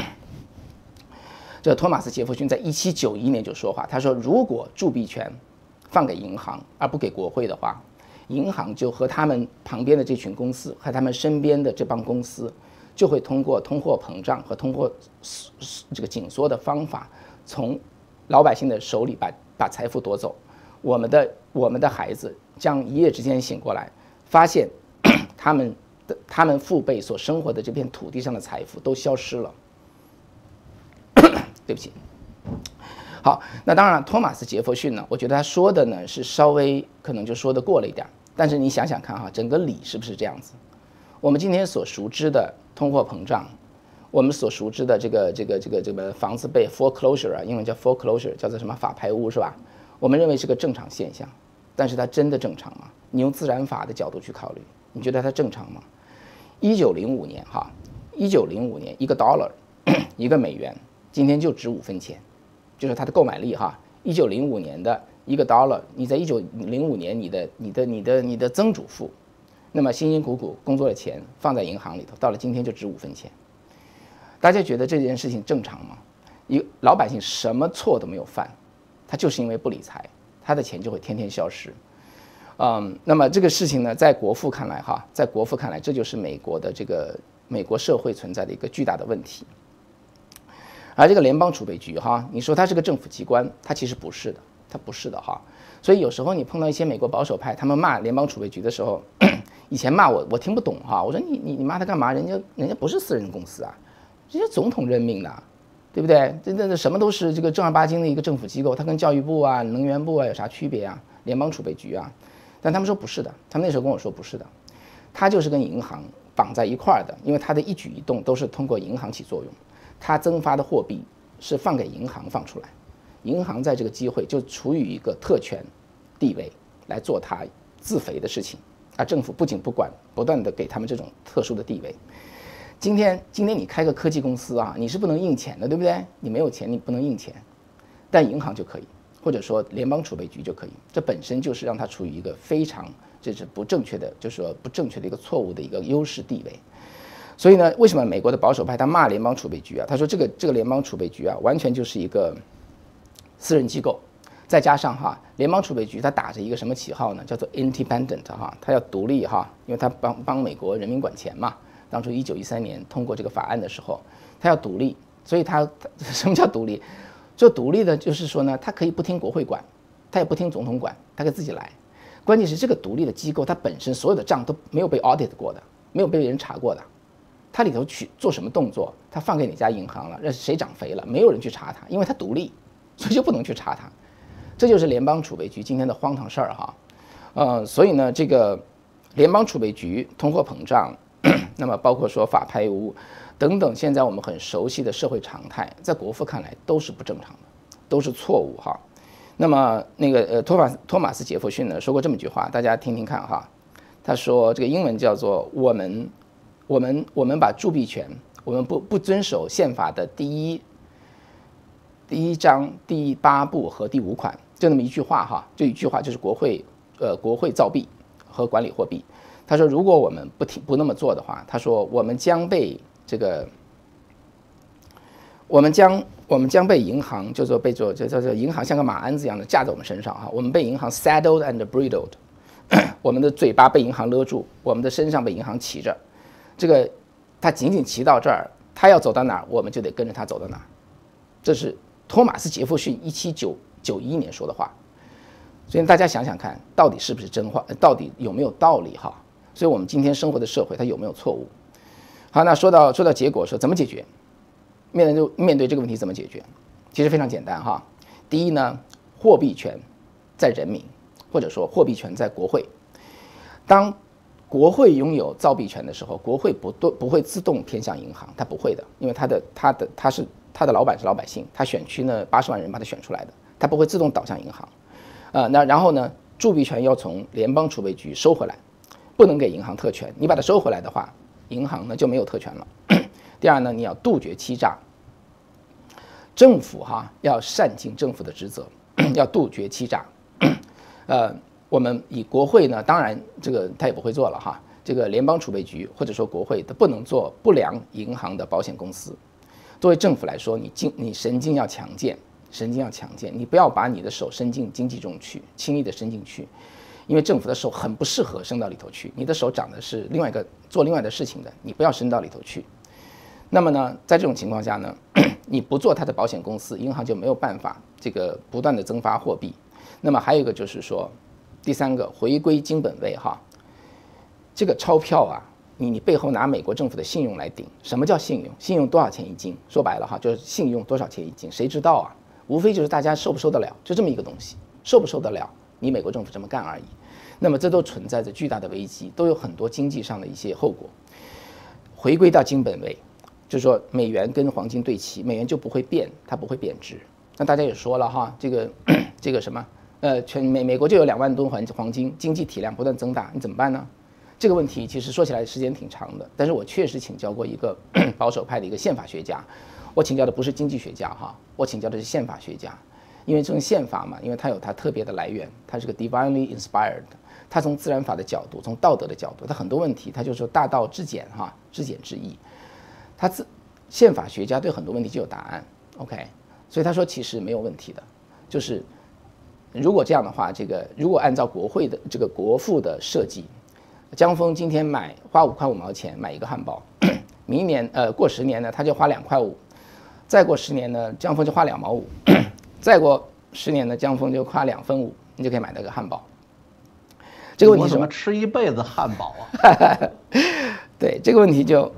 这托马斯·杰弗逊在1791年就说话，他说如果铸币权放给银行而不给国会的话，银行就和他们旁边的这群公司和他们身边的这帮公司就会通过通货膨胀和通货这个紧缩的方法，从老百姓的手里把财富夺走。我们的孩子将一夜之间醒过来，发现他们父辈所生活的这片土地上的财富都消失了。对不起。好，那当然，托马斯·杰弗逊呢，我觉得他说的呢是稍微可能就说的过了一点，但是你想想看哈，整个理是不是这样子？我们今天所熟知的通货膨胀，我们所熟知的这个房子被 foreclosure 啊，英文叫 foreclosure， 叫做什么法拍屋是吧？我们认为是个正常现象，但是它真的正常吗？你用自然法的角度去考虑，你觉得它正常吗？1905年哈，1905年1个 dollar 1个美元，今天就值5分钱，就是它的购买力哈。1905年的1个 dollar， 你在1905年你的曾祖父，那么辛辛苦苦工作的钱放在银行里头，到了今天就值5分钱。大家觉得这件事情正常吗？老百姓什么错都没有犯，他就是因为不理财，他的钱就会天天消失。那么这个事情呢，在国富看来哈，这就是美国社会存在的一个巨大的问题。而这个联邦储备局哈，你说它是个政府机关，它其实不是的，它不是的哈。所以有时候你碰到一些美国保守派，他们骂联邦储备局的时候，以前骂我听不懂哈，我说你骂他干嘛？人家不是私人公司啊，人家总统任命的，对不对？这什么都是这个正儿八经的一个政府机构，它跟教育部啊、能源部啊有啥区别啊？联邦储备局啊，但他们说不是的，他们那时候跟我说不是的，它就是跟银行绑在一块儿的，因为它的一举一动都是通过银行起作用。它增发的货币是放给银行放出来，银行在这个机会就处于一个特权地位来做它自肥的事情，而政府不仅不管，不断的给他们这种特殊的地位。今天你开个科技公司啊，你是不能印钱的，对不对？你没有钱，你不能印钱，但银行就可以，或者说联邦储备局就可以。这本身就是让它处于一个非常这是不正确的，就是说不正确的一个错误的一个优势地位。所以呢，为什么美国的保守派他骂联邦储备局啊？他说这个联邦储备局啊，完全就是一个私人机构，再加上哈，联邦储备局它打着一个什么旗号呢？叫做 independent 哈，它要独立哈，因为它帮美国人民管钱嘛。当初1913年通过这个法案的时候，它要独立，所以它什么叫独立？就独立的就是说呢，它可以不听国会管，它也不听总统管，它可以自己来。关键是这个独立的机构，它本身所有的账都没有被 audit 过的，没有被人查过的。它里头去做什么动作，它放给哪家银行了，让谁长肥了，没有人去查它，因为它独立，所以就不能去查它。这就是联邦储备局今天的荒唐事儿哈。 所以呢，这个联邦储备局通货膨胀，那么包括说法拍屋等等，现在我们很熟悉的社会常态，在国父看来都是不正常的，都是错误哈。那么那个托马斯杰弗逊呢说过这么一句话，大家听听看哈。他说这个英文叫做我们把铸币权，我们不遵守宪法的第一章第8部和第5款，就那么一句话哈，就一句话就是国会造币和管理货币。他说如果我们不那么做的话，他说我们将被银行叫做银行像个马鞍子一样的架在我们身上哈，我们被银行 saddled and bridled， 我们的嘴巴被银行勒住，我们的身上被银行骑着，这个他仅仅骑到这儿，他要走到哪儿，我们就得跟着他走到哪儿。这是托马斯杰弗逊1791年说的话，所以大家想想看，到底是不是真话，到底有没有道理哈？所以我们今天生活的社会它有没有错误？好，那说到结果，说怎么解决？面对这个问题怎么解决？其实非常简单哈。第一呢，货币权在人民，或者说货币权在国会。当国会拥有造币权的时候，国会不会自动偏向银行，它不会的，因为他的老板是老百姓，他选区呢80万人把他选出来的，他不会自动导向银行。那然后呢，铸币权要从联邦储备局收回来，不能给银行特权。你把它收回来的话，银行呢就没有特权了。第二呢，你要杜绝欺诈，政府要善尽政府的职责，要杜绝欺诈。我们以国会呢，当然这个他也不会做了哈。这个联邦储备局或者说国会，它不能做不良银行的保险公司。作为政府来说，你神经要强健，你不要把你的手伸进经济中去，轻易的伸进去，因为政府的手很不适合伸到里头去，你的手长的是做另外的事情的，你不要伸到里头去。那么呢，在这种情况下呢，你不做它的保险公司，银行就没有办法这个不断的增发货币。那么还有一个就是说，第三个回归金本位哈，这个钞票啊，你背后拿美国政府的信用来顶，什么叫信用？信用多少钱一斤？说白了哈，就是信用多少钱一斤，谁知道啊？无非就是大家受不受得了，就这么一个东西，受不受得了，你美国政府这么干而已。那么这都存在着巨大的危机，都有很多经济上的一些后果。回归到金本位。就是说，美元跟黄金对齐，美元就不会变，它不会贬值。那大家也说了哈，这个什么，美国就有2万吨黄金，经济体量不断增大，你怎么办呢？这个问题其实说起来时间挺长的，但是我确实请教过一个保守派的一个宪法学家，我请教的不是经济学家哈，我请教的是宪法学家，因为这种宪法嘛，因为它有它特别的来源，它是个 divinely inspired， 它从自然法的角度，从道德的角度，它很多问题，它就是说大道至简哈，至简至易。宪法学家对很多问题就有答案 ，OK， 所以他说其实没有问题的，就是如果这样的话，如果按照国会的这个国父的设计，江峰今天花5块5毛钱买一个汉堡，明年过10年呢他就花2块5，再过10年呢江峰就花2毛5，再过10年呢江峰就花2分5，你就可以买到个汉堡。这个问题是什么？ 吃一辈子汉堡啊？ 对，这个问题就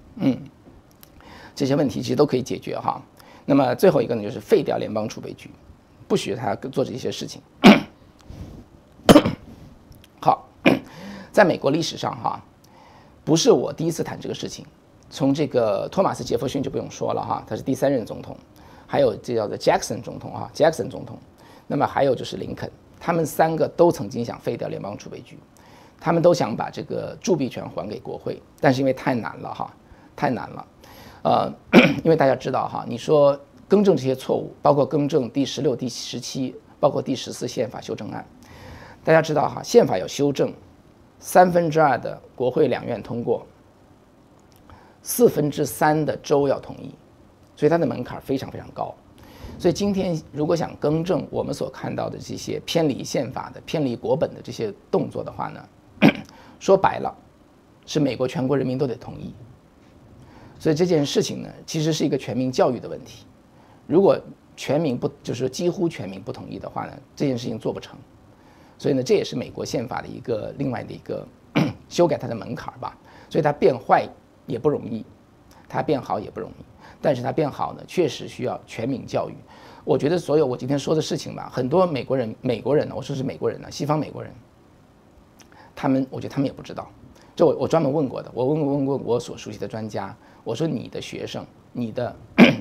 这些问题其实都可以解决哈。那么最后一个呢，就是废掉联邦储备局，不许他做这些事情。好，在美国历史上哈，不是我第一次谈这个事情，从这个托马斯杰弗逊就不用说了哈，他是第3任总统，还有这叫做 Jackson 总统啊 ，Jackson 总统，那么还有就是林肯，他们3个都曾经想废掉联邦储备局，他们都想把这个铸币权还给国会，但是因为太难了哈，太难了。因为大家知道哈，你说更正这些错误，包括更正第16、第17，包括第14宪法修正案，大家知道哈，宪法要修正，2/3的国会2院通过，3/4的州要同意，所以它的门槛非常非常高。所以今天如果想更正我们所看到的这些偏离宪法的、偏离国本的这些动作的话呢，说白了，是美国全国人民都得同意。所以这件事情呢，其实是一个全民教育的问题。如果全民就是几乎全民不同意的话呢，这件事情做不成。所以呢，这也是美国宪法的另外的一个修改它的门槛吧。所以它变坏也不容易，它变好也不容易。但是它变好呢，确实需要全民教育。我觉得所有我今天说的事情吧，很多美国人，我说是美国人呢，西方美国人， 我觉得他们也不知道。这我专门问过的，我问过我所熟悉的专家，我说你的学生、你的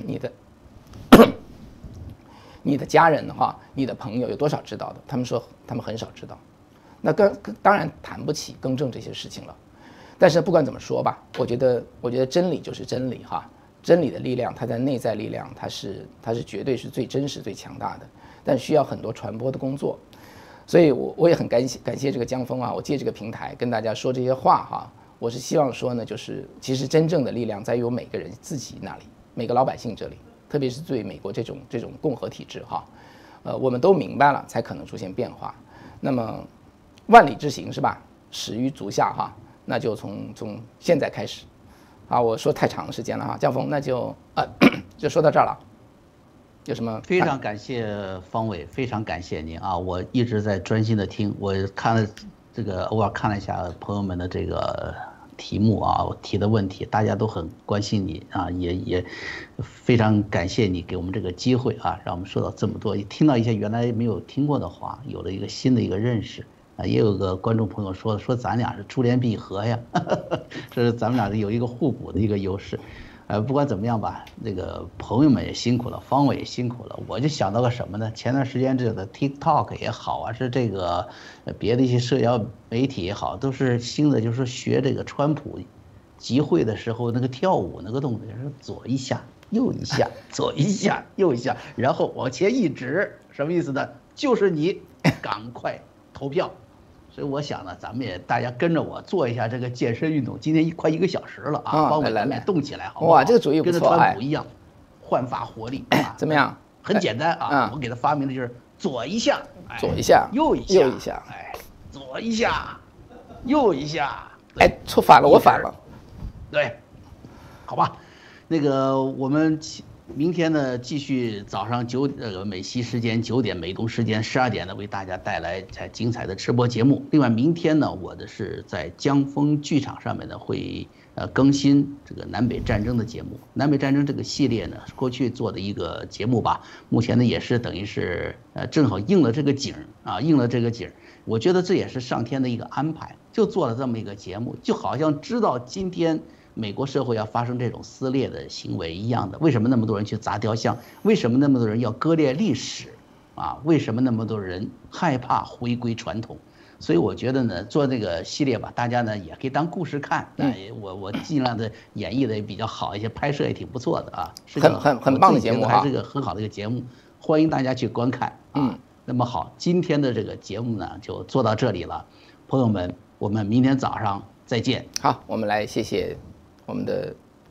你的家人你的朋友有多少知道的？他们说他们很少知道。那当然谈不起更正这些事情了。但是不管怎么说吧，我觉得真理就是真理真理的力量，它的内在力量，它是绝对是最真实、最强大的，但需要很多传播的工作。所以我也很感谢这个江峰我借这个平台跟大家说这些话我是希望说呢，就是其实真正的力量在于我每个人自己那里，每个老百姓这里，特别是对美国这种共和体制我们都明白了，才可能出现变化。那么万里之行是吧？始于足下那就从现在开始我说太长时间了江峰，那就就说到这儿了。有什么？ 非常感谢方伟，非常感谢您我一直在专心的听，我看了这个偶尔看了一下朋友们的这个题目我提的问题，大家都很关心你也非常感谢你给我们这个机会让我们说到这么多，也听到一些原来没有听过的话，有了一个新的一个认识也有个观众朋友说咱俩是珠联璧合呀，这是咱们俩有一个互补的一个优势。不管怎么样吧，这个朋友们也辛苦了，方伟也辛苦了。我就想到个什么呢？前段时间这个 TikTok 也好是这个别的一些社交媒体也好，都是新的，就是学这个川普集会的时候那个跳舞那个动作，是左一下右一下，左一下右一下，然后往前一指，什么意思呢？就是你赶快投票。所以我想呢，咱们也大家跟着我做一下这个健身运动。今天快1个小时了帮我们也动起来，好不好？ 哇，这个主意不错， 跟着川普一样，焕发活力怎么样？ 很简单我给他发明的就是左一下， 左一下， 右一下，左一下，右一下， 错反了，我反了， 对，好吧，那个我们明天呢，继续早上美西时间9点，美东时间12点呢，为大家带来精彩的直播节目。另外，明天呢，我的是在江峰剧场上面呢会更新这个南北战争的节目。南北战争这个系列呢，过去做的一个节目吧，目前呢也是等于是正好应了这个景应了这个景。我觉得这也是上天的一个安排，就做了这么一个节目，就好像知道今天美国社会要发生这种撕裂的行为一样的。为什么那么多人去砸雕像？为什么那么多人要割裂历史？为什么那么多人害怕回归传统？所以我觉得呢，做这个系列吧，大家呢也可以当故事看。我尽量的演绎的也比较好一些，拍摄也挺不错的很棒的节目还是个很好的一个节目，欢迎大家去观看那么好，今天的这个节目呢就做到这里了，朋友们，我们明天早上再见。 好，我们来谢谢我们的